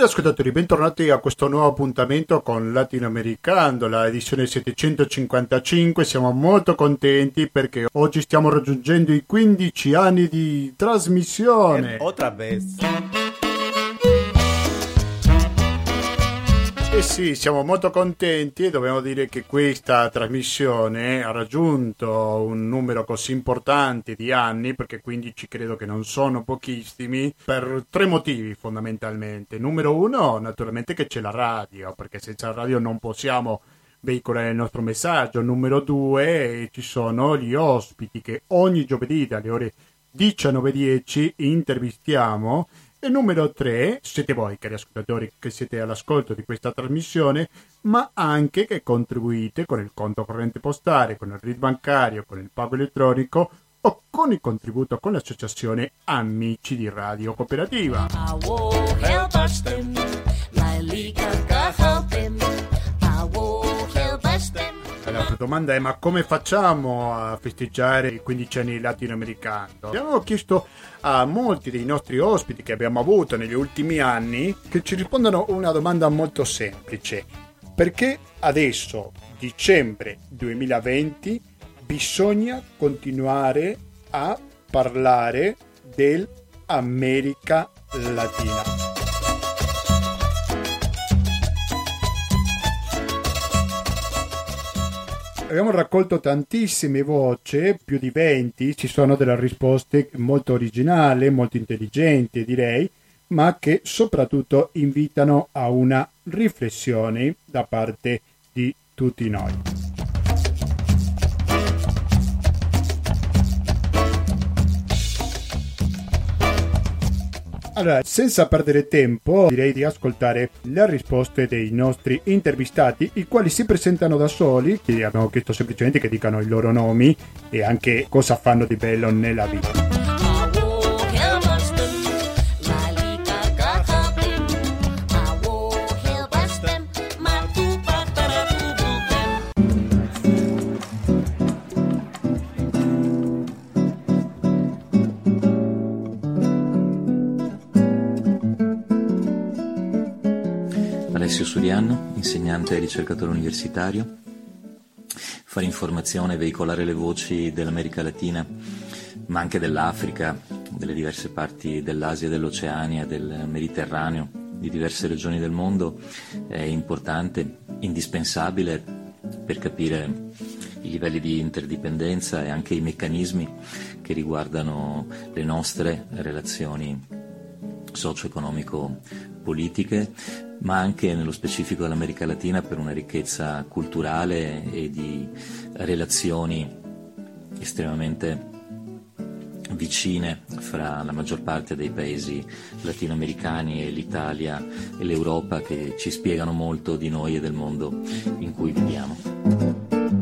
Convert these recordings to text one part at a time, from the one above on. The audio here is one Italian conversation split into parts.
ascoltatori, bentornati a questo nuovo appuntamento con Latinoamericano, la edizione 755. Siamo molto contenti perché oggi stiamo raggiungendo i 15 anni di trasmissione. Otra vez. Eh sì, siamo molto contenti e dobbiamo dire che questa trasmissione ha raggiunto un numero così importante di anni, perché 15 credo che non sono pochissimi, per tre motivi fondamentalmente. Numero uno, naturalmente che c'è la radio, perché senza la radio non possiamo veicolare il nostro messaggio. Numero due, ci sono gli ospiti che ogni giovedì dalle ore 19:10 intervistiamo. E numero 3, siete voi cari ascoltatori che siete all'ascolto di questa trasmissione, ma anche che contribuite con il conto corrente postale, con il RID bancario, con il pago elettronico o con il contributo con l'associazione Amici di Radio Cooperativa. La nostra domanda è: ma come facciamo a festeggiare i 15 anni latinoamericano? Abbiamo chiesto a molti dei nostri ospiti che abbiamo avuto negli ultimi anni che ci rispondano una domanda molto semplice: perché adesso, dicembre 2020, bisogna continuare a parlare dell'America Latina? Abbiamo raccolto tantissime voci, più di 20, ci sono delle risposte molto originali, molto intelligenti direi, ma che soprattutto invitano a una riflessione da parte di tutti noi. Allora, senza perdere tempo, direi di ascoltare le risposte dei nostri intervistati, i quali si presentano da soli, che abbiamo chiesto semplicemente che dicano i loro nomi e anche cosa fanno di bello nella vita. Alessio Surian, insegnante e ricercatore universitario. Fare informazione e veicolare le voci dell'America Latina, ma anche dell'Africa, delle diverse parti dell'Asia, dell'Oceania, del Mediterraneo, di diverse regioni del mondo è importante, indispensabile per capire i livelli di interdipendenza e anche i meccanismi che riguardano le nostre relazioni socio-economico-politiche, ma anche nello specifico dell'America Latina per una ricchezza culturale e di relazioni estremamente vicine fra la maggior parte dei paesi latinoamericani e l'Italia e l'Europa, che ci spiegano molto di noi e del mondo in cui viviamo.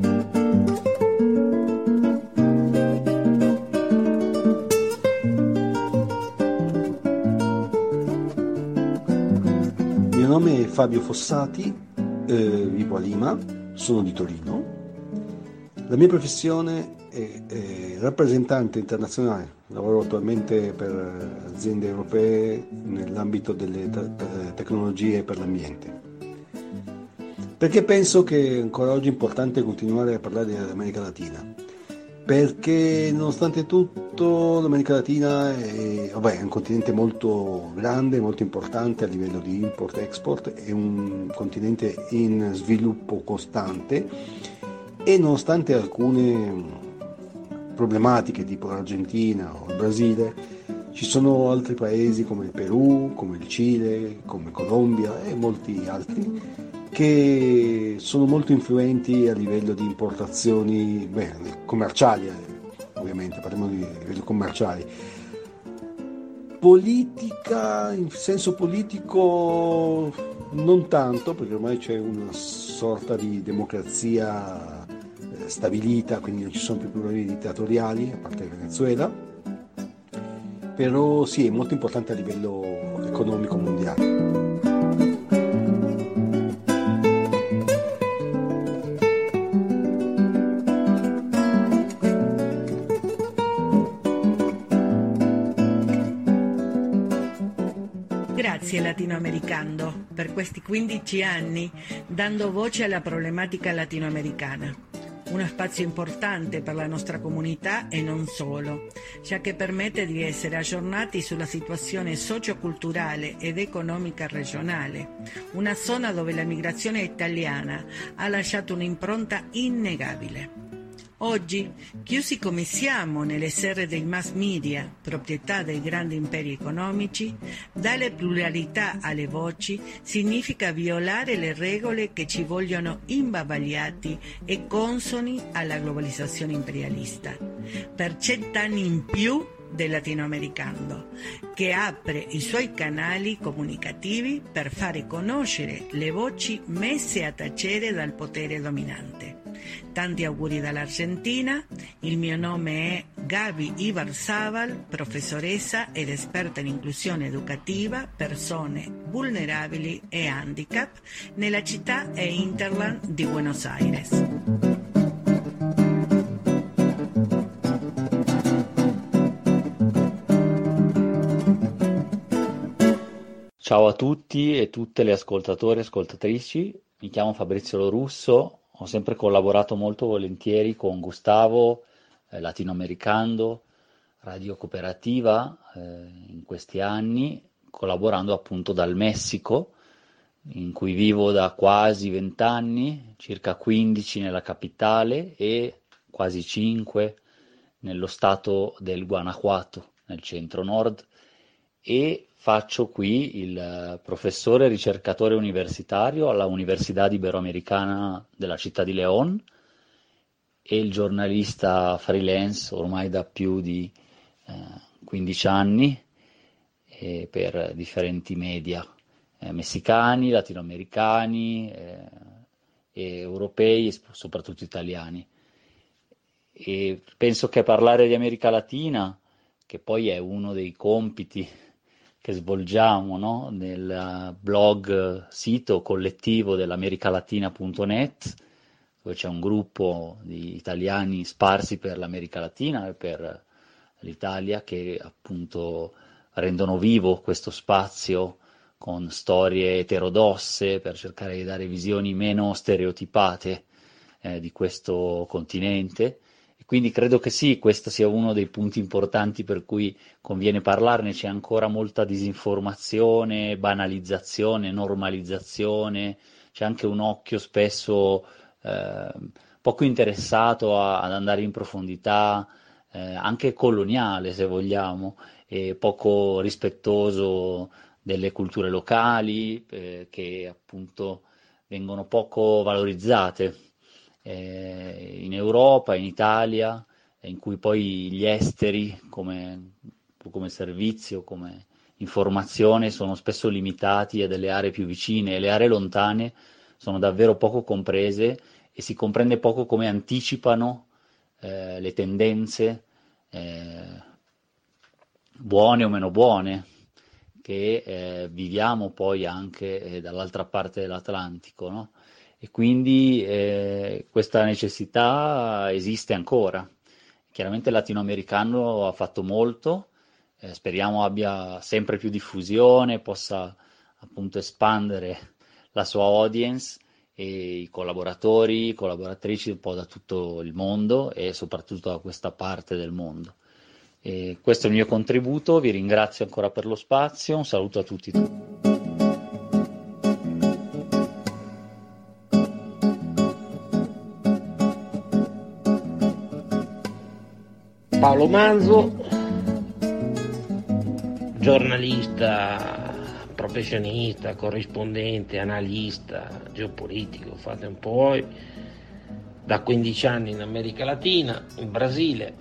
Il mio nome è Fabio Fossati, vivo a Lima, sono di Torino. La mia professione è rappresentante internazionale, lavoro attualmente per aziende europee nell'ambito delle tecnologie per l'ambiente. Perché penso che ancora oggi è importante continuare a parlare dell'America Latina? Perché nonostante tutto l'America Latina è un continente molto grande, molto importante a livello di import-export, è un continente in sviluppo costante e nonostante alcune problematiche tipo l'Argentina o il Brasile, ci sono altri paesi come il Perù, come il Cile, come Colombia e molti altri che sono molto influenti a livello di importazioni commerciali, ovviamente parliamo di livello commerciali. Politica, in senso politico non tanto, perché ormai c'è una sorta di democrazia stabilita, quindi non ci sono più problemi dittatoriali, a parte il Venezuela, però sì, è molto importante a livello economico mondiale. Grazie Latinoamericano per questi 15 anni dando voce alla problematica latinoamericana. Uno spazio importante per la nostra comunità e non solo, già che permette di essere aggiornati sulla situazione socioculturale ed economica regionale, una zona dove la migrazione italiana ha lasciato un'impronta innegabile. Oggi, chiusi come siamo nelle serre dei mass media, proprietà dei grandi imperi economici, dare pluralità alle voci significa violare le regole che ci vogliono imbavagliati e consoni alla globalizzazione imperialista. Per 100 anni in più del latinoamericano, che apre i suoi canali comunicativi per fare conoscere le voci messe a tacere dal potere dominante. Tanti auguri dall'Argentina, il mio nome è Gaby Ibarzabal, professoressa ed esperta in inclusione educativa, persone vulnerabili e handicap nella città e hinterland di Buenos Aires. Ciao a tutti e tutte le ascoltatori e ascoltatrici, mi chiamo Fabrizio Lorusso. Ho sempre collaborato molto volentieri con Gustavo, Latinoamericano, Radio Cooperativa, in questi anni, collaborando appunto dal Messico, in cui vivo da quasi 20 anni, circa 15 nella capitale e quasi 5 nello stato del Guanajuato, nel centro-nord, e faccio qui il professore ricercatore universitario alla Università Iberoamericana della città di León e il giornalista freelance ormai da più di 15 anni per differenti media messicani, latinoamericani, e europei e soprattutto italiani. E penso che parlare di America Latina, che poi è uno dei compiti che svolgiamo, no? Nel blog sito collettivo dell'americalatina.net, dove c'è un gruppo di italiani sparsi per l'America Latina e per l'Italia che appunto rendono vivo questo spazio con storie eterodosse per cercare di dare visioni meno stereotipate di questo continente. Quindi credo che sì, questo sia uno dei punti importanti per cui conviene parlarne. C'è ancora molta disinformazione, banalizzazione, normalizzazione, c'è anche un occhio spesso poco interessato ad andare in profondità, anche coloniale se vogliamo, e poco rispettoso delle culture locali che appunto vengono poco valorizzate. In Europa, in Italia, in cui poi gli esteri come servizio, come informazione sono spesso limitati a delle aree più vicine e le aree lontane sono davvero poco comprese e si comprende poco come anticipano le tendenze buone o meno buone che viviamo poi anche dall'altra parte dell'Atlantico, no? E quindi questa necessità esiste ancora. Chiaramente il latinoamericano ha fatto molto, speriamo abbia sempre più diffusione, possa appunto espandere la sua audience e i collaboratori, collaboratrici un po' da tutto il mondo e soprattutto da questa parte del mondo. E questo è il mio contributo, vi ringrazio ancora per lo spazio, un saluto a tutti. Paolo Manzo, giornalista, professionista, corrispondente, analista, geopolitico, fate un po' voi, da 15 anni in America Latina, in Brasile.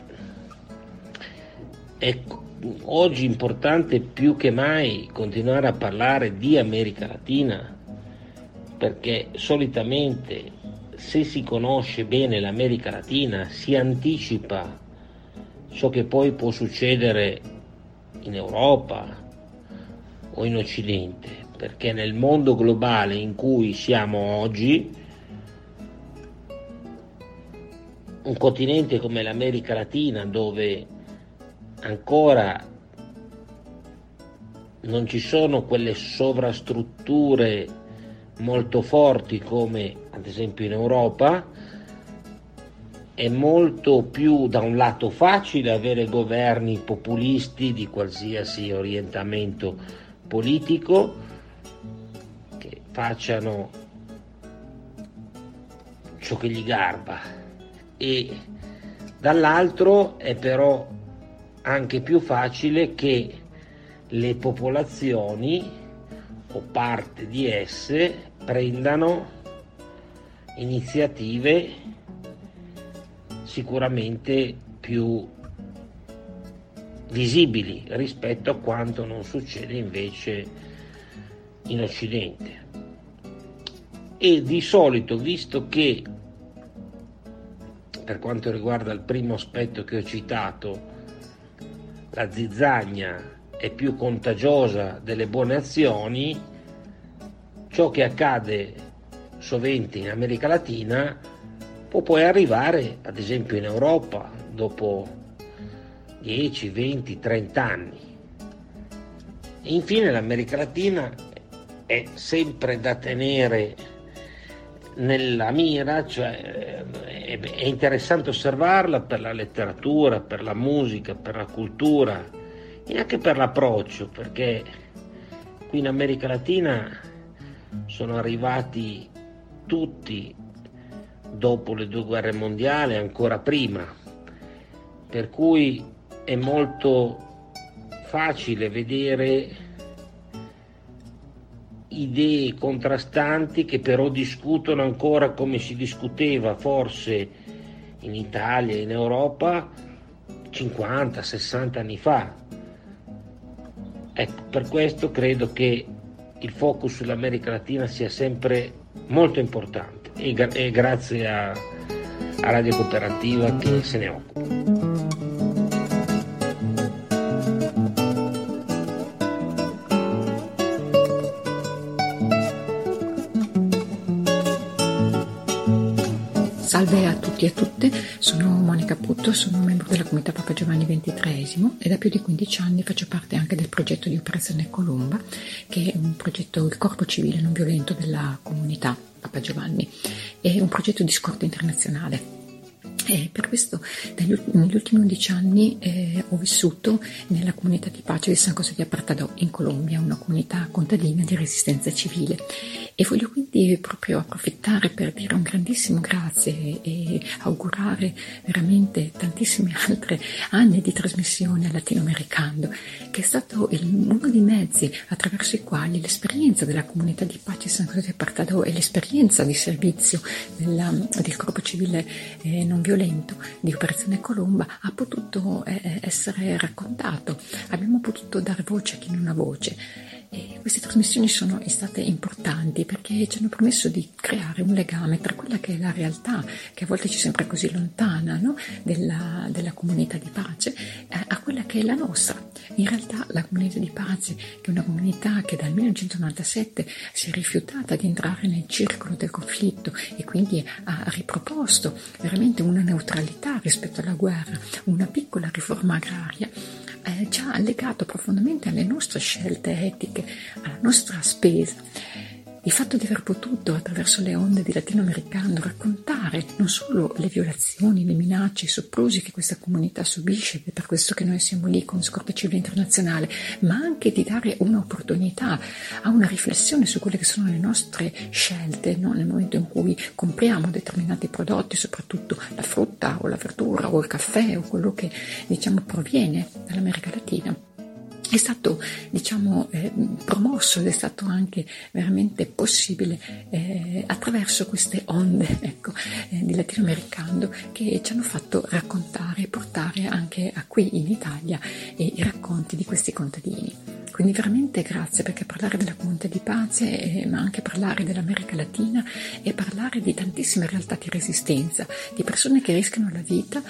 È oggi importante più che mai continuare a parlare di America Latina, perché solitamente se si conosce bene l'America Latina si anticipa ciò che poi può succedere in Europa o in Occidente, perché nel mondo globale in cui siamo oggi, un continente come l'America Latina, dove ancora non ci sono quelle sovrastrutture molto forti come ad esempio in Europa. È molto più, da un lato, facile avere governi populisti di qualsiasi orientamento politico che facciano ciò che gli garba, e dall'altro è però anche più facile che le popolazioni o parte di esse prendano iniziative sicuramente più visibili rispetto a quanto non succede invece in Occidente. E di solito, visto che per quanto riguarda il primo aspetto che ho citato, la zizzania è più contagiosa delle buone azioni, ciò che accade sovente in America Latina può poi arrivare ad esempio in Europa dopo 10, 20, 30 anni. E infine l'America Latina è sempre da tenere nella mira, cioè è interessante osservarla per la letteratura, per la musica, per la cultura e anche per l'approccio, perché qui in America Latina sono arrivati tutti dopo le 2 guerre mondiali, ancora prima, per cui è molto facile vedere idee contrastanti che però discutono ancora come si discuteva forse in Italia e in Europa 50-60 anni fa. Ecco, per questo credo che il focus sull'America Latina sia sempre molto importante e grazie a Radio Cooperativa che se ne occupa. Salve a tutti e a tutte, sono Monica Putto, sono membro della comunità Papa Giovanni XXIII e da più di 15 anni faccio parte anche del progetto di Operazione Colomba, che è un progetto, il corpo civile non violento della comunità Papa Giovanni, è un progetto di scorta internazionale. E per questo negli ultimi 11 anni ho vissuto nella comunità di pace di San José de Apartadó in Colombia, una comunità contadina di resistenza civile, e voglio quindi proprio approfittare per dire un grandissimo grazie e augurare veramente tantissimi altri anni di trasmissione al latinoamericano, che è stato uno dei mezzi attraverso i quali l'esperienza della comunità di pace di San José de Apartadó e l'esperienza di servizio del corpo civile non violento di Operazione Colomba ha potuto essere raccontato, abbiamo potuto dare voce a chi non ha voce. E queste trasmissioni sono state importanti perché ci hanno permesso di creare un legame tra quella che è la realtà, che a volte ci sembra così lontana, no? della comunità di pace, a quella che è la nostra. In realtà la comunità di pace, che è una comunità che dal 1997 si è rifiutata di entrare nel circolo del conflitto e quindi ha riproposto veramente una neutralità rispetto alla guerra, una piccola riforma agraria, ci ha legato profondamente alle nostre scelte etiche, alla nostra spesa. Il fatto di aver potuto, attraverso le onde di latinoamericano, raccontare non solo le violazioni, le minacce, i soprusi che questa comunità subisce, ed è per questo che noi siamo lì come Scorta Civile Internazionale, ma anche di dare un'opportunità a una riflessione su quelle che sono le nostre scelte, no? Nel momento in cui compriamo determinati prodotti, soprattutto la frutta o la verdura o il caffè o quello che proviene dall'America Latina. È stato promosso ed è stato anche veramente possibile attraverso queste onde di latinoamericano che ci hanno fatto raccontare e portare anche a qui in Italia i racconti di questi contadini. Quindi veramente grazie, perché parlare della comunità di pace, ma anche parlare dell'America Latina e parlare di tantissime realtà di resistenza, di persone che rischiano la vita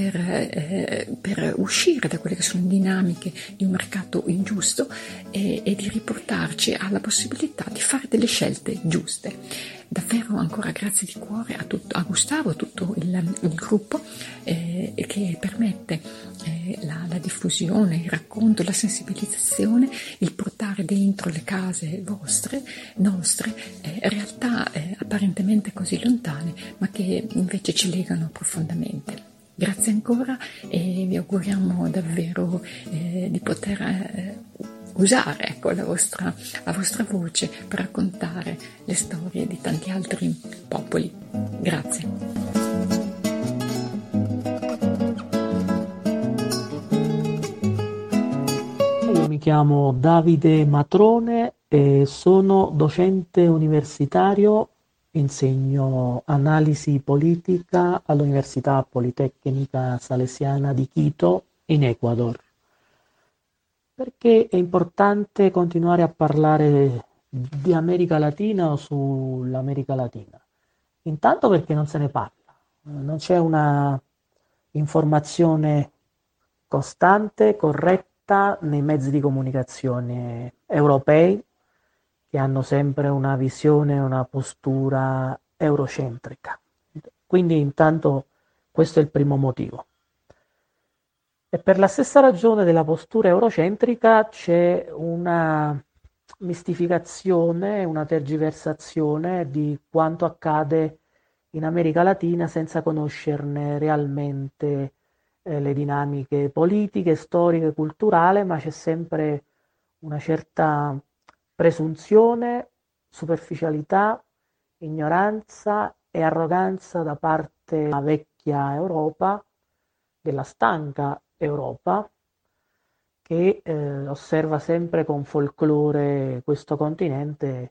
per uscire da quelle che sono dinamiche di un mercato ingiusto e di riportarci alla possibilità di fare delle scelte giuste. davvero ancora grazie di cuore a Gustavo, a tutto il gruppo che permette la diffusione, il racconto, la sensibilizzazione, il portare dentro le case nostre, realtà apparentemente così lontane, ma che invece ci legano profondamente. Grazie ancora e vi auguriamo davvero di poter usare la vostra voce per raccontare le storie di tanti altri popoli. Grazie. Io mi chiamo Davide Matrone e sono docente universitario, insegno analisi politica all'Università Politecnica Salesiana di Quito in Ecuador. Perché è importante continuare a parlare di America Latina o sull'America Latina? Intanto perché non se ne parla, non c'è una informazione costante, corretta nei mezzi di comunicazione europei, che hanno sempre una visione, una postura eurocentrica. Quindi intanto questo è il primo motivo. E per la stessa ragione della postura eurocentrica c'è una mistificazione, una tergiversazione di quanto accade in America Latina senza conoscerne realmente le dinamiche politiche, storiche, culturali, ma c'è sempre una certa presunzione, superficialità, ignoranza e arroganza da parte della vecchia Europa, della stanca Europa, che osserva sempre con folklore questo continente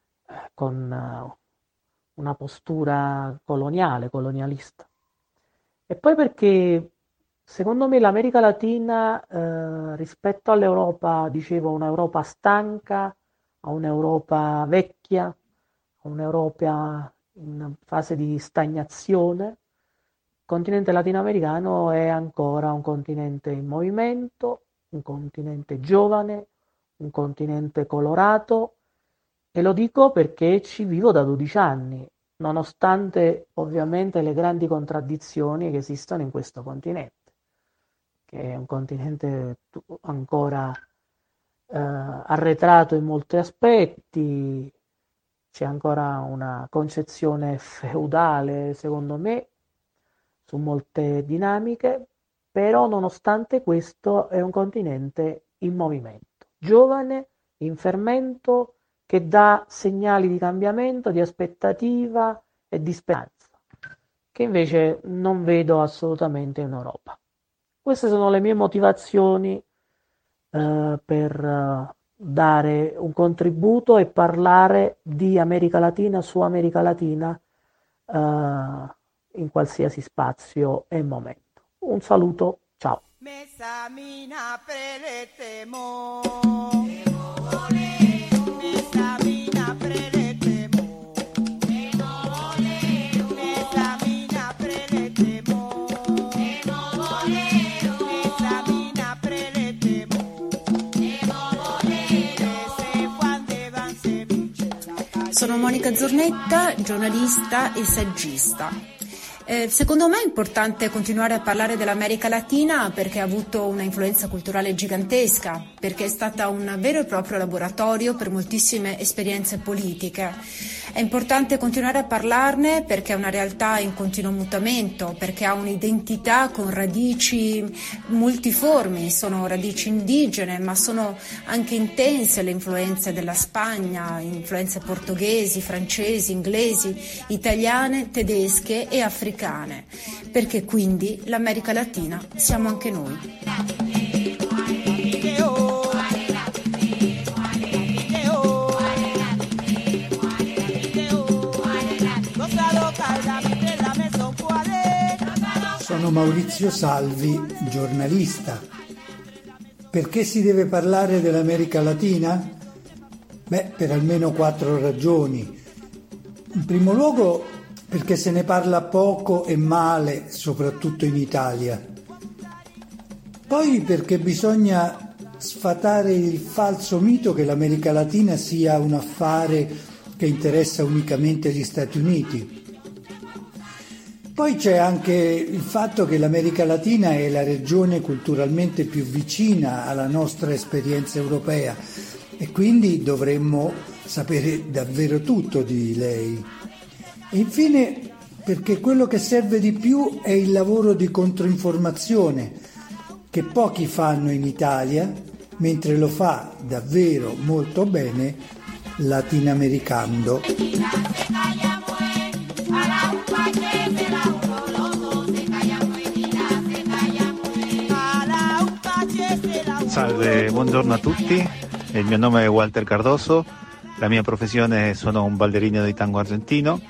con una postura colonialista. E poi perché secondo me l'America Latina rispetto all'Europa, dicevo, un'Europa stanca, a un'Europa vecchia, a un'Europa in fase di stagnazione, il continente latinoamericano è ancora un continente in movimento, un continente giovane, un continente colorato, e lo dico perché ci vivo da 12 anni, nonostante ovviamente le grandi contraddizioni che esistono in questo continente, che è un continente ancora arretrato in molti aspetti, c'è ancora una concezione feudale, secondo me, su molte dinamiche, però nonostante questo è un continente in movimento, giovane, in fermento, che dà segnali di cambiamento, di aspettativa e di speranza, che invece non vedo assolutamente in Europa. Queste sono le mie motivazioni per dare un contributo e parlare di America Latina, su America Latina, in qualsiasi spazio e momento. Un saluto, ciao. Sono Monica Zornetta, giornalista e saggista. Secondo me è importante continuare a parlare dell'America Latina perché ha avuto una influenza culturale gigantesca, perché è stata un vero e proprio laboratorio per moltissime esperienze politiche. È importante continuare a parlarne perché è una realtà in continuo mutamento, perché ha un'identità con radici multiformi, sono radici indigene, ma sono anche intense le influenze della Spagna, influenze portoghesi, francesi, inglesi, italiane, tedesche e africane. Perché quindi l'America Latina siamo anche noi. Sono Maurizio Salvi, giornalista. Perché si deve parlare dell'America Latina? Per almeno 4 ragioni. In primo luogo perché se ne parla poco e male, soprattutto in Italia. Poi perché bisogna sfatare il falso mito che l'America Latina sia un affare che interessa unicamente gli Stati Uniti. Poi c'è anche il fatto che l'America Latina è la regione culturalmente più vicina alla nostra esperienza europea e quindi dovremmo sapere davvero tutto di lei. E infine perché quello che serve di più è il lavoro di controinformazione che pochi fanno in Italia, mentre lo fa davvero molto bene Latinoamericando. Salve, buongiorno a tutti, il mio nome è Walter Cardoso, la mia professione sono un ballerino di tango argentino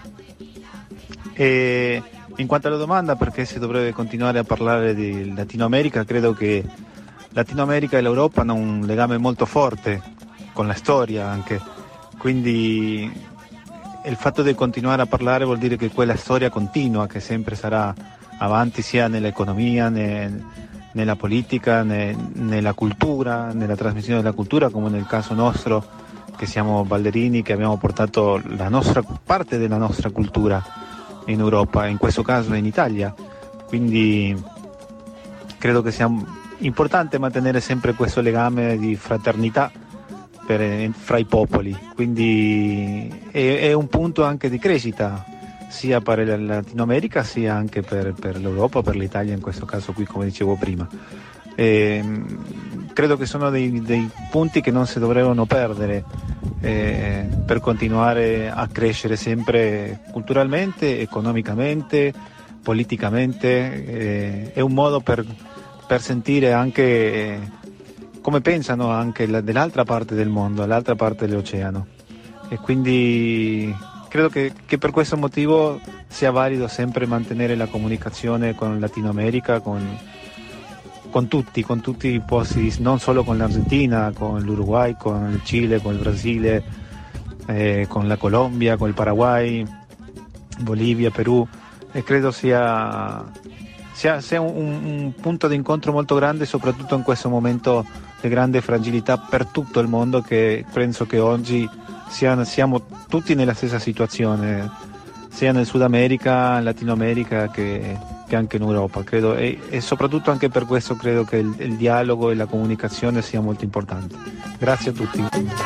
e in quanto alla domanda perché si dovrebbe continuare a parlare di Latino America, credo che Latino America e l'Europa hanno un legame molto forte con la storia anche, quindi il fatto di continuare a parlare vuol dire che quella storia continua, che sempre sarà avanti sia nell'economia, nella politica, nella cultura, nella trasmissione della cultura, come nel caso nostro che siamo ballerini, che abbiamo portato la nostra parte della nostra cultura in Europa, in questo caso in Italia. Quindi credo che sia importante mantenere sempre questo legame di fraternità fra i popoli, quindi è un punto anche di crescita sia per la Latino America sia anche per l'Europa, per l'Italia in questo caso qui, come dicevo prima. Credo che sono dei punti che non si dovrebbero perdere per continuare a crescere sempre culturalmente, economicamente, politicamente. È un modo per sentire anche come pensano anche dell'altra parte del mondo, dall'altra parte dell'oceano, e quindi credo che per questo motivo sia valido sempre mantenere la comunicazione con Latino America, con tutti i posti, non solo con l'Argentina, con l'Uruguay, con il Cile, con il Brasile, con la Colombia, con il Paraguay, Bolivia, Perù, e credo sia un punto di incontro molto grande, soprattutto in questo momento di grande fragilità per tutto il mondo, che penso che oggi siamo tutti nella stessa situazione, sia nel Sud America, in Latino America che anche in Europa, credo, e soprattutto anche per questo credo che il dialogo e la comunicazione sia molto importante. Grazie a tutti.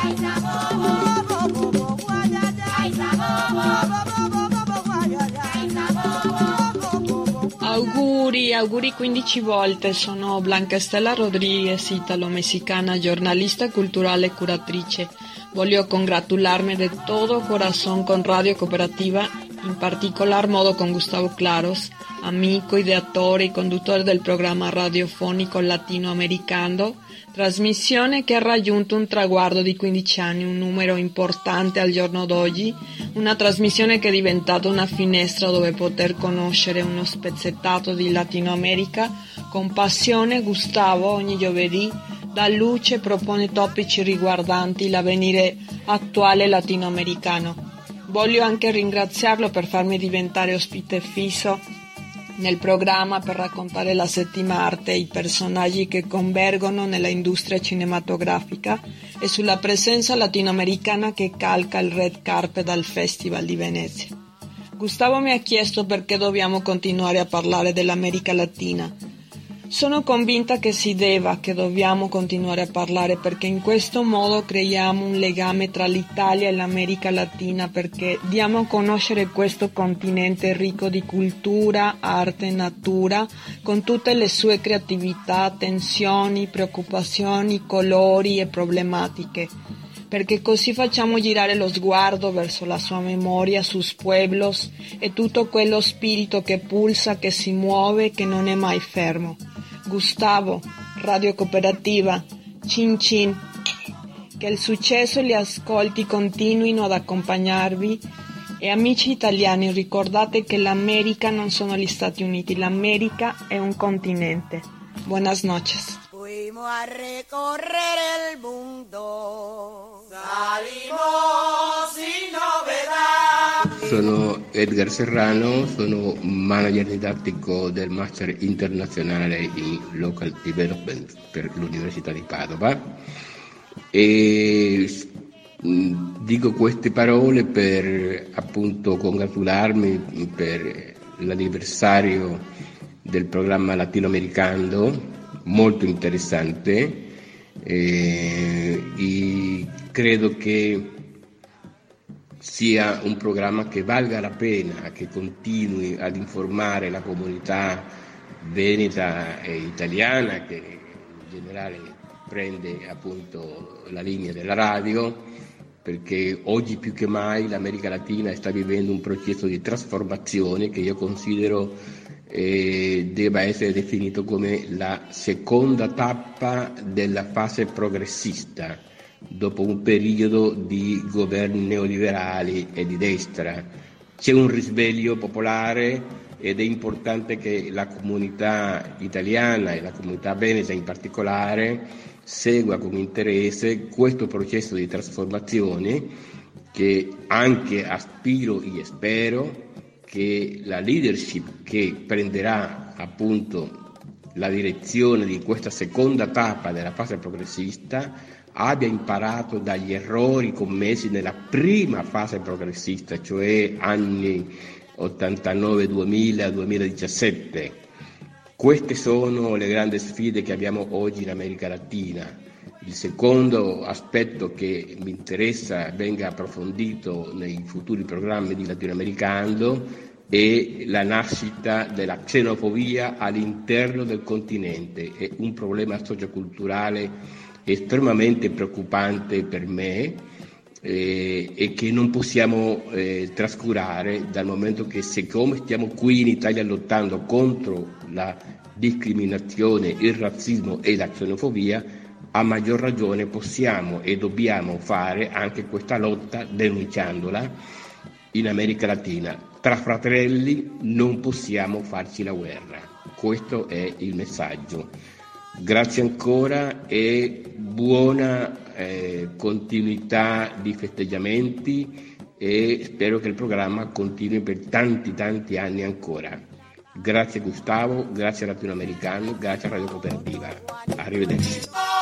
Auguri 15 volte, sono Blanca Estela Rodriguez, italo-messicana, giornalista culturale e curatrice. Voglio congratularmi di todo corazón con Radio Cooperativa, in particolar modo con Gustavo Claros, amico, ideatore e conduttore del programma radiofonico Latinoamericando, trasmissione che ha raggiunto un traguardo di 15 anni, un numero importante al giorno d'oggi, una trasmissione che è diventata una finestra dove poter conoscere uno spezzettato di Latino America. Con passione Gustavo ogni giovedì dà luce e propone topici riguardanti l'avvenire attuale latinoamericano. Voglio anche ringraziarlo per farmi diventare ospite fisso nel programma per raccontare la settima arte e i personaggi che convergono nella industria cinematografica e sulla presenza latinoamericana che calca il red carpet al Festival di Venezia. Gustavo mi ha chiesto perché dobbiamo continuare a parlare dell'America Latina. Sono convinta che dobbiamo continuare a parlare perché in questo modo creiamo un legame tra l'Italia e l'America Latina, perché diamo a conoscere questo continente ricco di cultura, arte e natura, con tutte le sue creatività, tensioni, preoccupazioni, colori e problematiche. Perché così facciamo girare lo sguardo verso la sua memoria, sus pueblos e tutto quello spirito che pulsa, che si muove, che non è mai fermo. Gustavo, Radio Cooperativa, cin cin, che il successo e gli ascolti continuino ad accompagnarvi, e amici italiani ricordate che l'America non sono gli Stati Uniti, l'America è un continente. Buenas noches. Fuimos a recorrer el mundo, salimos sin novedad. Sono Edgar Serrano, sono manager didattico del Master Internazionale in Local Development per l'Università di Padova e Dico queste parole per appunto congratularmi per l'anniversario del programma latinoamericano, molto interessante, e credo che sia un programma che valga la pena, che continui ad informare la comunità veneta e italiana, che in generale prende appunto la linea della radio, perché oggi più che mai l'America Latina sta vivendo un processo di trasformazione che io considero debba essere definito come la seconda tappa della fase progressista, dopo un periodo di governi neoliberali e di destra. C'è un risveglio popolare ed è importante che la comunità italiana e la comunità veneta in particolare segua con interesse questo processo di trasformazione, che anche aspiro e spero che la leadership che prenderà appunto la direzione di questa seconda tappa della fase progressista abbia imparato dagli errori commessi nella prima fase progressista, cioè anni 89, 2000, 2017. Queste sono le grandi sfide che abbiamo oggi in America Latina. Il secondo aspetto che mi interessa venga approfondito nei futuri programmi di latinoamericano è la nascita della xenofobia all'interno del continente. È un problema socioculturale estremamente preoccupante per me e che non possiamo trascurare, dal momento che siccome stiamo qui in Italia lottando contro la discriminazione, il razzismo e la xenofobia, a maggior ragione possiamo e dobbiamo fare anche questa lotta denunciandola in America Latina. Tra fratelli non possiamo farci la guerra. Questo è il messaggio. Grazie ancora e buona continuità di festeggiamenti, e spero che il programma continui per tanti anni ancora. Grazie Gustavo, grazie Latinoamericano, grazie a Radio Cooperativa. Arrivederci.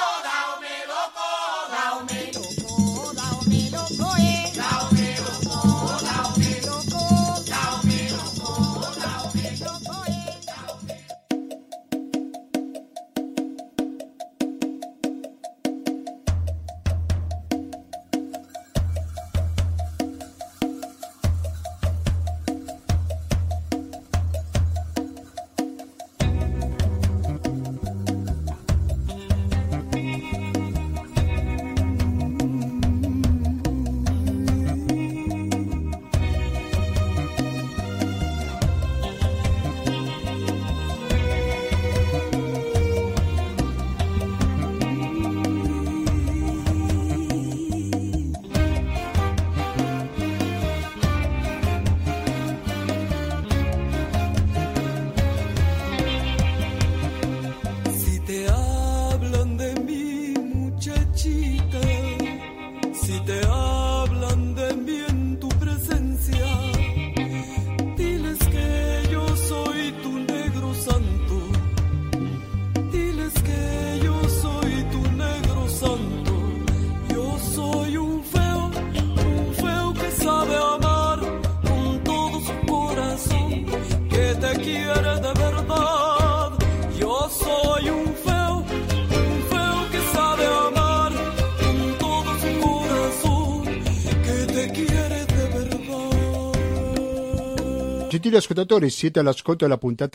Gentili ascoltatori, siete all'ascolto della puntata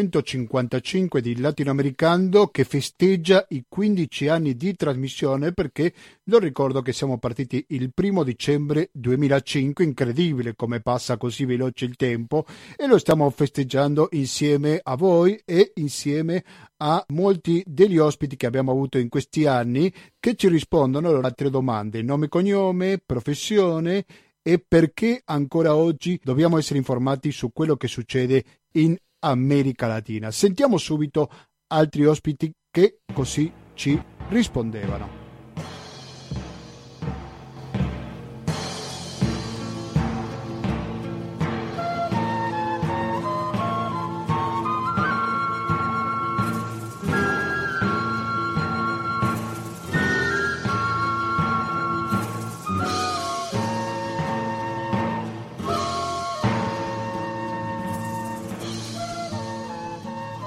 755 di Latinoamericano, che festeggia i 15 anni di trasmissione, perché lo ricordo che siamo partiti il 1 dicembre 2005, incredibile come passa così veloce il tempo, e lo stiamo festeggiando insieme a voi e insieme a molti degli ospiti che abbiamo avuto in questi anni, che ci rispondono a altre domande: nome, cognome, professione e perché ancora oggi dobbiamo essere informati su quello che succede in America Latina. Sentiamo subito altri ospiti che così ci rispondevano.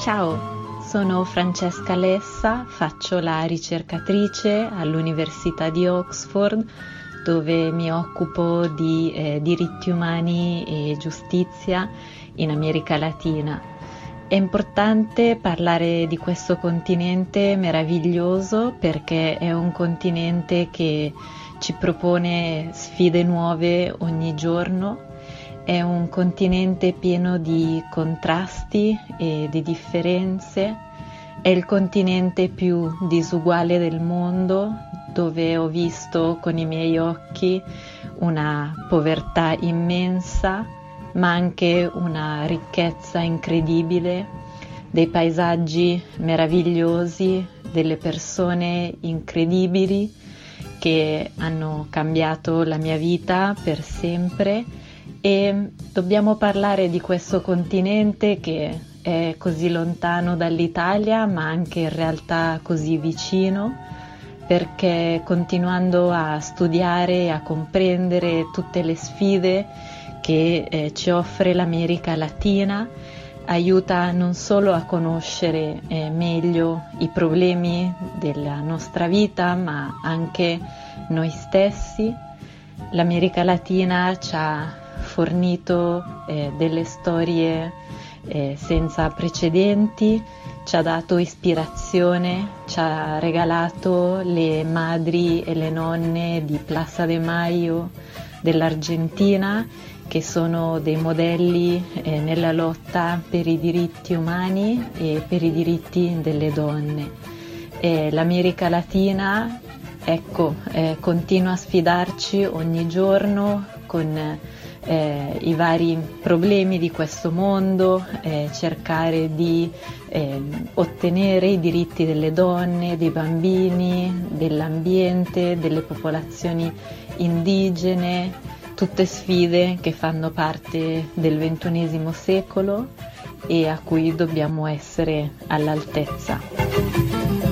Ciao, sono Francesca Lessa, faccio la ricercatrice all'Università di Oxford, dove mi occupo di diritti umani e giustizia in America Latina. È importante parlare di questo continente meraviglioso perché è un continente che ci propone sfide nuove ogni giorno. È un continente pieno di contrasti e di differenze. È il continente più disuguale del mondo, dove ho visto con i miei occhi una povertà immensa, ma anche una ricchezza incredibile, dei paesaggi meravigliosi, delle persone incredibili che hanno cambiato la mia vita per sempre. E dobbiamo parlare di questo continente che è così lontano dall'Italia, ma anche in realtà così vicino, perché continuando a studiare e a comprendere tutte le sfide che ci offre l'America Latina, aiuta non solo a conoscere meglio i problemi della nostra vita, ma anche noi stessi. L'America Latina ci ha fornito delle storie senza precedenti, ci ha dato ispirazione, ci ha regalato le madri e le nonne di Plaza de Mayo dell'Argentina, che sono dei modelli nella lotta per i diritti umani e per i diritti delle donne. L'America Latina, continua a sfidarci ogni giorno con i vari problemi di questo mondo, cercare di ottenere i diritti delle donne, dei bambini, dell'ambiente, delle popolazioni indigene, tutte sfide che fanno parte del XXI secolo e a cui dobbiamo essere all'altezza.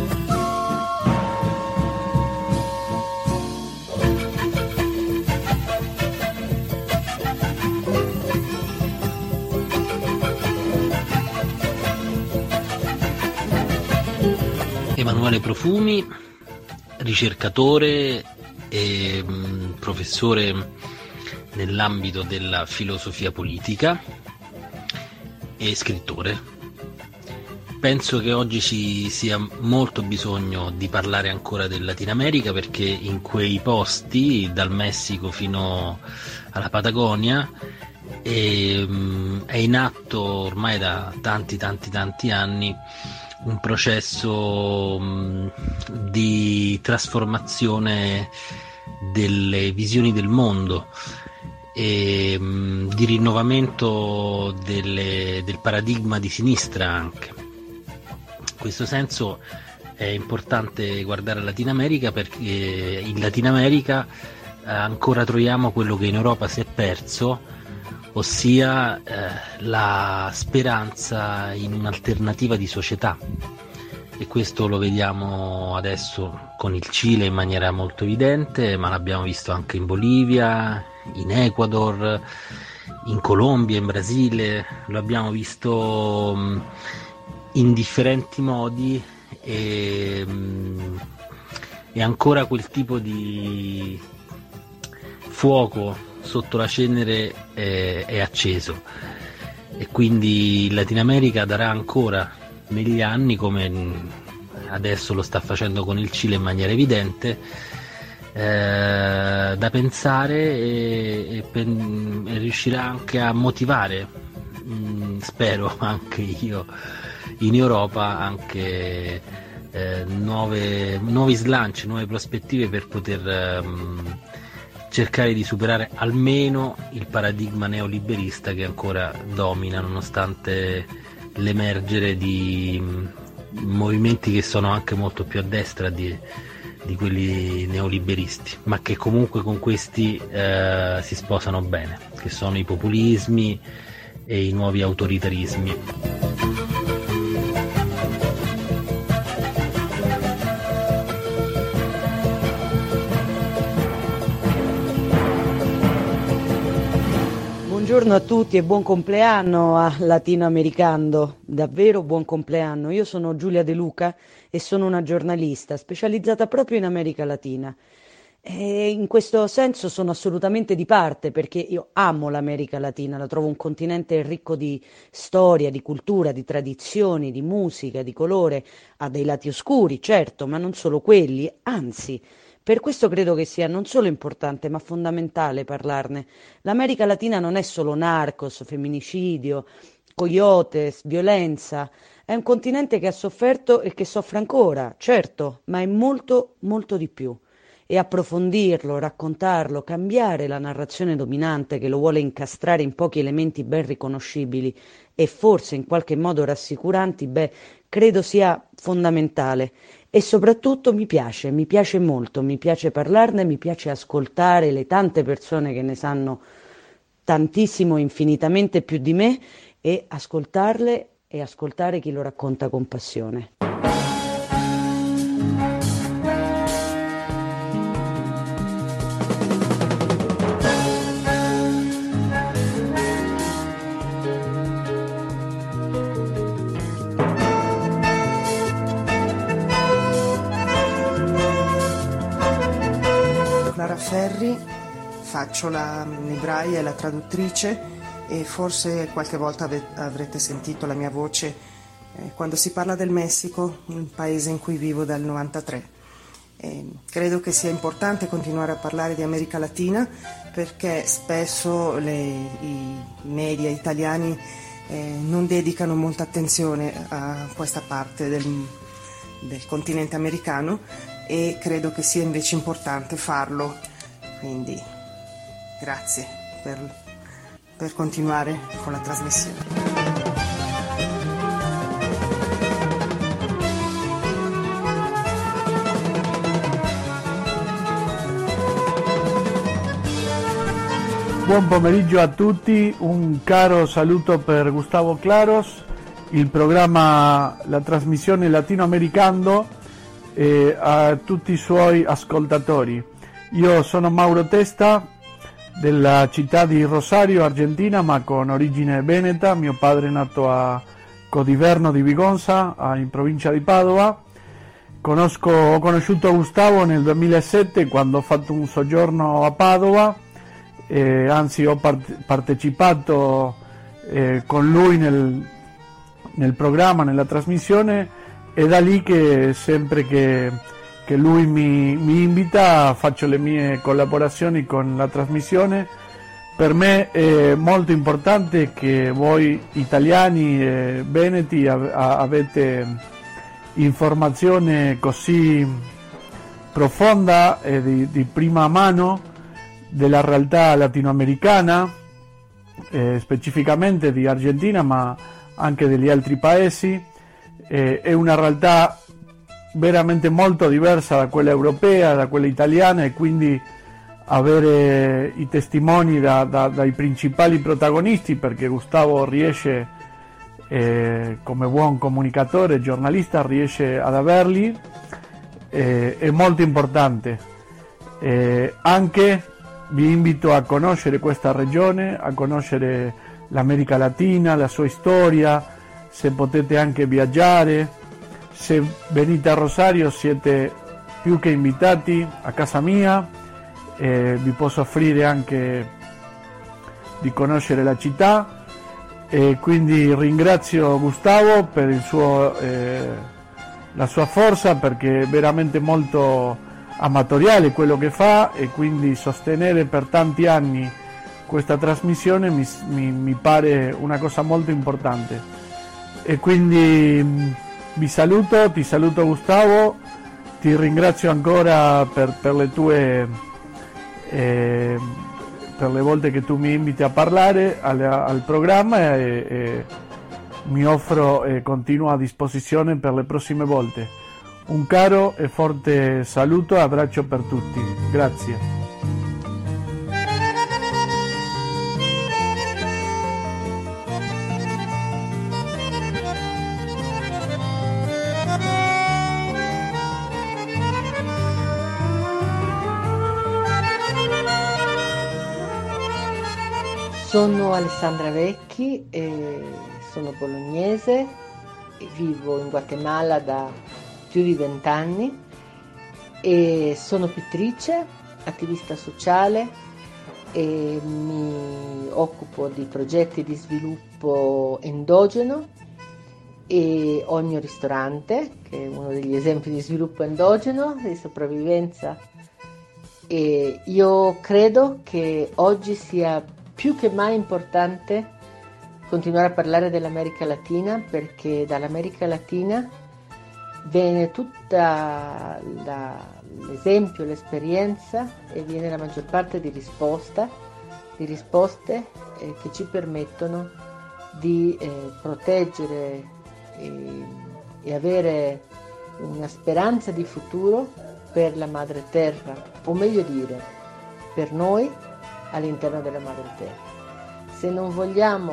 Emanuele Profumi, ricercatore e professore nell'ambito della filosofia politica e scrittore. Penso che oggi ci sia molto bisogno di parlare ancora del Latino America, perché in quei posti, dal Messico fino alla Patagonia, è in atto ormai da tanti anni un processo di trasformazione delle visioni del mondo e di rinnovamento del paradigma di sinistra anche. In questo senso è importante guardare la Latino America, perché in Latino America ancora troviamo quello che in Europa si è perso, ossia la speranza in un'alternativa di società, e questo lo vediamo adesso con il Cile in maniera molto evidente, ma l'abbiamo visto anche in Bolivia, in Ecuador, in Colombia, in Brasile, lo abbiamo visto in differenti modi e ancora quel tipo di fuoco sotto la cenere è acceso, e quindi il Latino America darà ancora negli anni, come adesso lo sta facendo con il Cile in maniera evidente, da pensare e riuscirà anche a motivare, spero anche io, in Europa anche nuovi slanci, nuove prospettive per poter cercare di superare almeno il paradigma neoliberista che ancora domina, nonostante l'emergere di movimenti che sono anche molto più a destra di quelli neoliberisti, ma che comunque con questi si sposano bene, che sono i populismi e i nuovi autoritarismi. Buongiorno a tutti e buon compleanno a Latinoamericano, davvero buon compleanno. Io sono Giulia De Luca e sono una giornalista specializzata proprio in America Latina. E in questo senso sono assolutamente di parte perché io amo l'America Latina, la trovo un continente ricco di storia, di cultura, di tradizioni, di musica, di colore, ha dei lati oscuri, certo, ma non solo quelli, anzi. Per questo credo che sia non solo importante, ma fondamentale parlarne. L'America Latina non è solo narcos, femminicidio, coyotes, violenza. È un continente che ha sofferto e che soffre ancora, certo, ma è molto, molto di più. E approfondirlo, raccontarlo, cambiare la narrazione dominante che lo vuole incastrare in pochi elementi ben riconoscibili e forse in qualche modo rassicuranti, credo sia fondamentale. E soprattutto mi piace molto, mi piace parlarne, mi piace ascoltare le tante persone che ne sanno tantissimo, infinitamente più di me, e ascoltarle e ascoltare chi lo racconta con passione. Ferri, faccio la libraia e la traduttrice e forse qualche volta avrete sentito la mia voce quando si parla del Messico, un paese in cui vivo dal 93. Credo che sia importante continuare a parlare di America Latina perché spesso i media italiani non dedicano molta attenzione a questa parte del continente americano e credo che sia invece importante farlo. Quindi grazie per continuare con la trasmissione. Buon pomeriggio a tutti, un caro saluto per Gustavo Claros, il programma, la trasmissione Latinoamericano e a tutti i suoi ascoltatori. Io sono Mauro Testa della città di Rosario, Argentina, ma con origine veneta. Mio padre è nato a Codiverno di Vigonza, in provincia di Padova. Ho conosciuto Gustavo nel 2007 quando ho fatto un soggiorno a Padova, anzi ho partecipato con lui nel programma, nella trasmissione, e da lì che sempre che lui mi invita faccio le mie collaborazioni con la trasmissione. Per me è molto importante che voi italiani e veneti avete informazione così profonda e di prima mano della realtà latinoamericana, specificamente di Argentina ma anche degli altri paesi. È una realtà veramente molto diversa da quella europea, da quella italiana, e quindi avere i testimoni dai principali protagonisti, perché Gustavo riesce, come buon comunicatore, giornalista, riesce ad averli, è molto importante. Anche vi invito a conoscere questa regione, a conoscere l'America Latina, la sua storia, se potete anche viaggiare. Se venite a Rosario siete più che invitati a casa mia, vi posso offrire anche di conoscere la città, e quindi ringrazio Gustavo per la sua forza, perché è veramente molto amatoriale quello che fa, e quindi sostenere per tanti anni questa trasmissione mi pare una cosa molto importante. E quindi ti saluto Gustavo, ti ringrazio ancora per le tue per le volte che tu mi inviti a parlare al programma, e mi offro e continuo a disposizione per le prossime volte. Un caro e forte saluto e abbraccio per tutti, grazie. Sono Alessandra Vecchi, sono bolognese, vivo in Guatemala da più di 20 anni e sono pittrice, attivista sociale e mi occupo di progetti di sviluppo endogeno e ho il mio ristorante, che è uno degli esempi di sviluppo endogeno, di sopravvivenza. E io credo che oggi sia più che mai importante continuare a parlare dell'America Latina, perché dall'America Latina viene tutta l'esempio, l'esperienza e viene la maggior parte di risposte che ci permettono di proteggere e avere una speranza di futuro per la madre terra, o meglio dire, per noi all'interno della madre terra. Se non vogliamo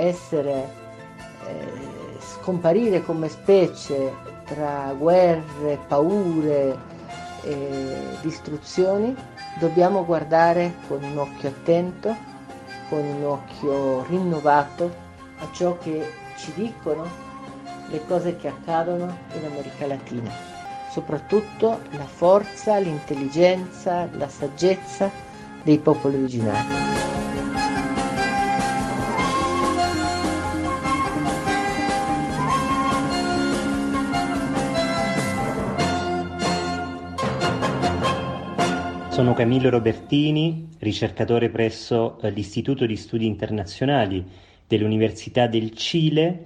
scomparire come specie tra guerre, paure e distruzioni, dobbiamo guardare con un occhio attento, con un occhio rinnovato a ciò che ci dicono le cose che accadono in America Latina, soprattutto la forza, l'intelligenza, la saggezza dei popoli originari. Sono Camillo Robertini, ricercatore presso l'Istituto di Studi Internazionali dell'Università del Cile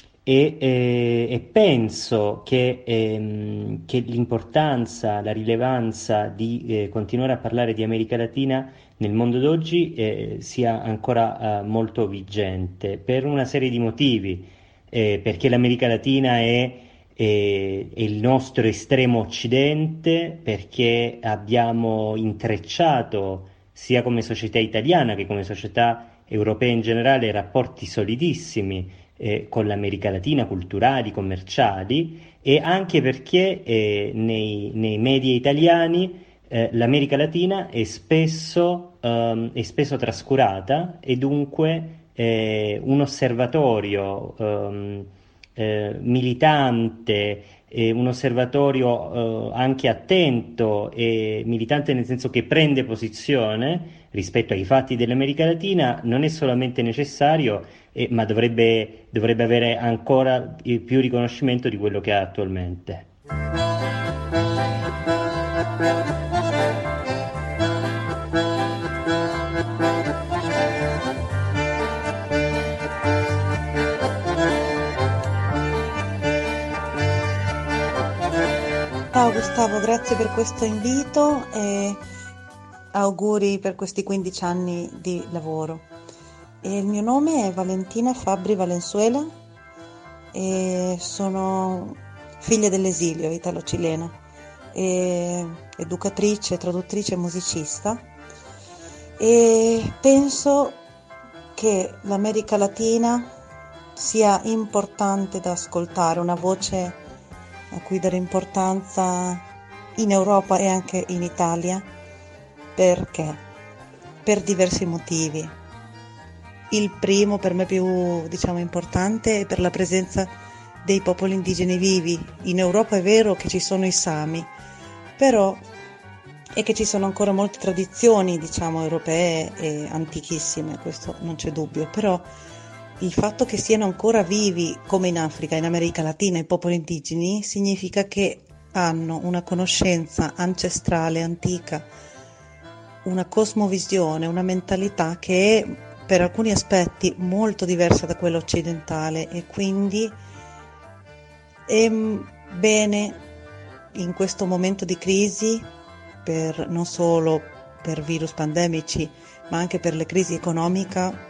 e penso che l'importanza, la rilevanza di continuare a parlare di America Latina nel mondo d'oggi sia ancora molto vigente per una serie di motivi, perché l'America Latina è il nostro estremo occidente, perché abbiamo intrecciato sia come società italiana che come società europea in generale rapporti solidissimi con l'America Latina, culturali, commerciali, e anche perché nei media italiani l'America Latina è spesso trascurata e dunque un osservatorio militante, un osservatorio anche attento e militante, nel senso che prende posizione rispetto ai fatti dell'America Latina, non è solamente necessario, ma dovrebbe avere ancora più riconoscimento di quello che ha attualmente. Ciao Gustavo, grazie per questo invito e auguri per questi 15 anni di lavoro. Il mio nome è Valentina Fabbri Valenzuela e sono figlia dell'esilio italo-cilena, educatrice, traduttrice e musicista, e penso che l'America Latina sia importante da ascoltare, una voce a cui dare importanza in Europa e anche in Italia. Perché? Per diversi motivi. Il primo, per me più importante, è per la presenza dei popoli indigeni vivi. In Europa è vero che ci sono i Sami, però è che ci sono ancora molte tradizioni europee e antichissime, questo non c'è dubbio, però il fatto che siano ancora vivi, come in Africa, in America Latina, i popoli indigeni, significa che hanno una conoscenza ancestrale, antica, una cosmovisione, una mentalità che è per alcuni aspetti molto diversa da quella occidentale, e quindi è bene in questo momento di crisi, non solo per virus pandemici, ma anche per le crisi economica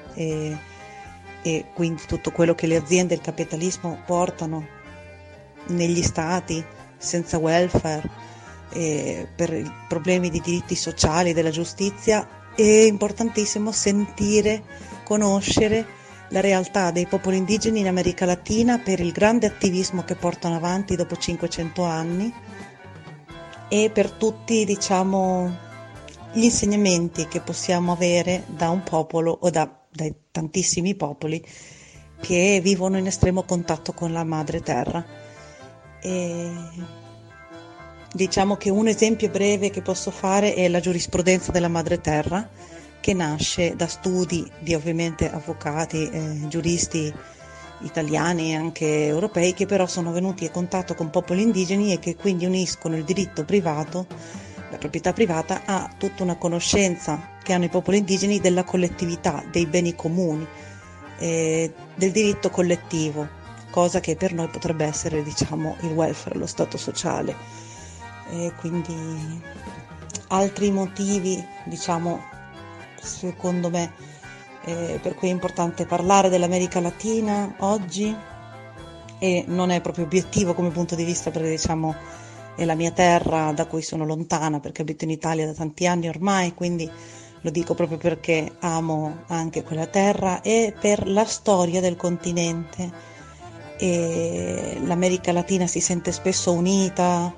e quindi tutto quello che le aziende e il capitalismo portano negli stati senza welfare, per i problemi di diritti sociali, della giustizia, è importantissimo sentire, conoscere la realtà dei popoli indigeni in America Latina per il grande attivismo che portano avanti dopo 500 anni e per tutti, gli insegnamenti che possiamo avere da un popolo o da dai tantissimi popoli che vivono in estremo contatto con la madre terra. E diciamo che un esempio breve che posso fare è la giurisprudenza della madre terra, che nasce da studi di ovviamente avvocati, giuristi italiani e anche europei, che però sono venuti a contatto con popoli indigeni e che quindi uniscono il diritto privato, la proprietà privata, a tutta una conoscenza che hanno i popoli indigeni della collettività, dei beni comuni, del diritto collettivo, cosa che per noi potrebbe essere, diciamo, il welfare, lo stato sociale. Quindi altri motivi, diciamo, secondo me, per cui è importante parlare dell'America Latina oggi, e non è proprio obiettivo come punto di vista, perché diciamo è la mia terra da cui sono lontana, perché abito in Italia da tanti anni ormai, quindi lo dico proprio perché amo anche quella terra, e per la storia del continente. E l'America Latina si sente spesso unita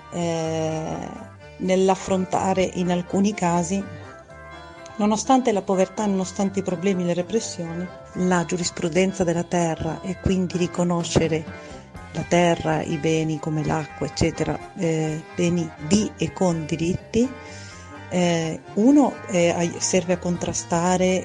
nell'affrontare in alcuni casi, nonostante la povertà, nonostante i problemi e le repressioni, la giurisprudenza della terra, e quindi riconoscere la terra, i beni come l'acqua, eccetera, beni di e con diritti. Uno serve a contrastare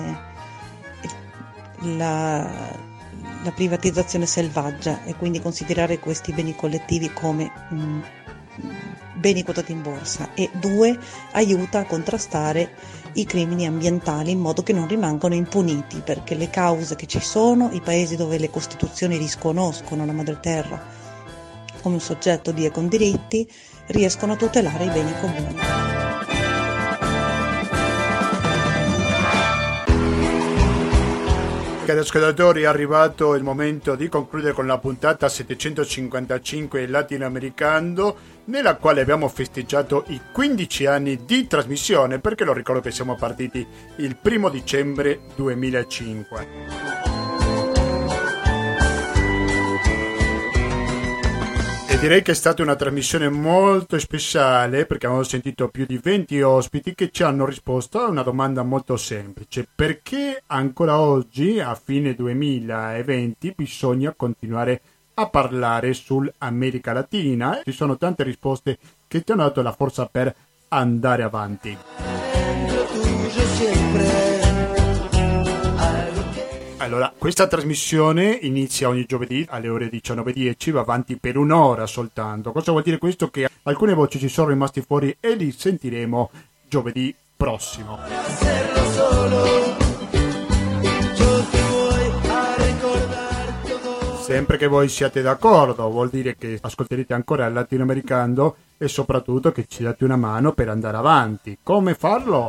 la privatizzazione selvaggia, e quindi considerare questi beni collettivi come beni quotati in borsa, e due, aiuta a contrastare i crimini ambientali in modo che non rimangano impuniti, perché le cause che ci sono, i paesi dove le costituzioni riconoscono la madre terra come un soggetto di e con diritti, riescono a tutelare i beni comuni. Cari ascoltatori, è arrivato il momento di concludere con la puntata 755 Latinoamericano, nella quale abbiamo festeggiato i 15 anni di trasmissione, perché lo ricordo che siamo partiti il 1 dicembre 2005. E direi che è stata una trasmissione molto speciale, perché abbiamo sentito più di 20 ospiti che ci hanno risposto a una domanda molto semplice: perché ancora oggi, a fine 2020, bisogna continuare a parlare sull'America Latina? Ci sono tante risposte che ti hanno dato la forza per andare avanti. Allora, questa trasmissione inizia ogni giovedì alle ore 19:10, va avanti per un'ora soltanto. Cosa vuol dire questo? Che alcune voci ci sono rimasti fuori e li sentiremo giovedì prossimo. Sempre che voi siate d'accordo, vuol dire che ascolterete ancora il Latinoamericano e soprattutto che ci date una mano per andare avanti. Come farlo?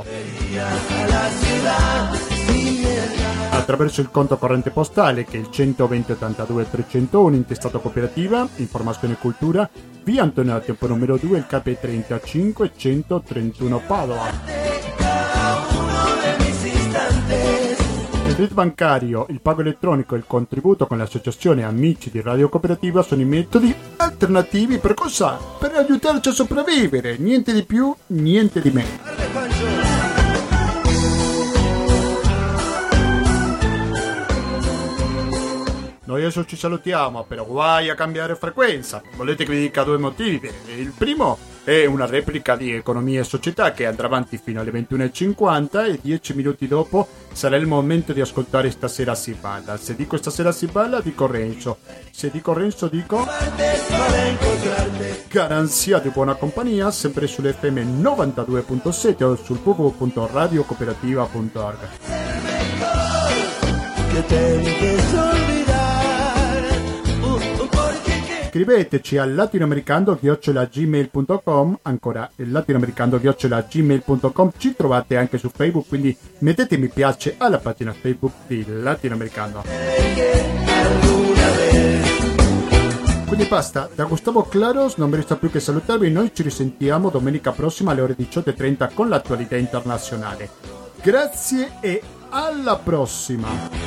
Attraverso il conto corrente postale, che è il 120 82 301, intestato Cooperativa Informazione e Cultura, via Antonio Tempo numero 2, il KP 35 131 Padova. Il credito bancario, il pago elettronico e il contributo con l'associazione Amici di Radio Cooperativa sono i metodi alternativi per cosa? Per aiutarci a sopravvivere, niente di più, niente di meno. Noi adesso ci salutiamo, però guai a cambiare frequenza. Volete che vi dica due motivi? Il primo è una replica di Economia e Società che andrà avanti fino alle 21:50 e 10 minuti dopo sarà il momento di ascoltare Stasera si parla. Se dico Stasera si parla, dico Renzo. Se dico Renzo, dico garanzia di buona compagnia, sempre sull'FM 92.7 o sul www.radiocooperativa.org. Scriveteci al latinoamericando@gmail.com, ancora il latinoamericando@gmail.com. Ci trovate anche su Facebook, quindi mettete mi piace alla pagina Facebook di Latinoamericando. Quindi basta, da Gustavo Claros non mi resta più che salutarvi. Noi ci risentiamo domenica prossima alle ore 18:30 con l'attualità internazionale. Grazie e alla prossima!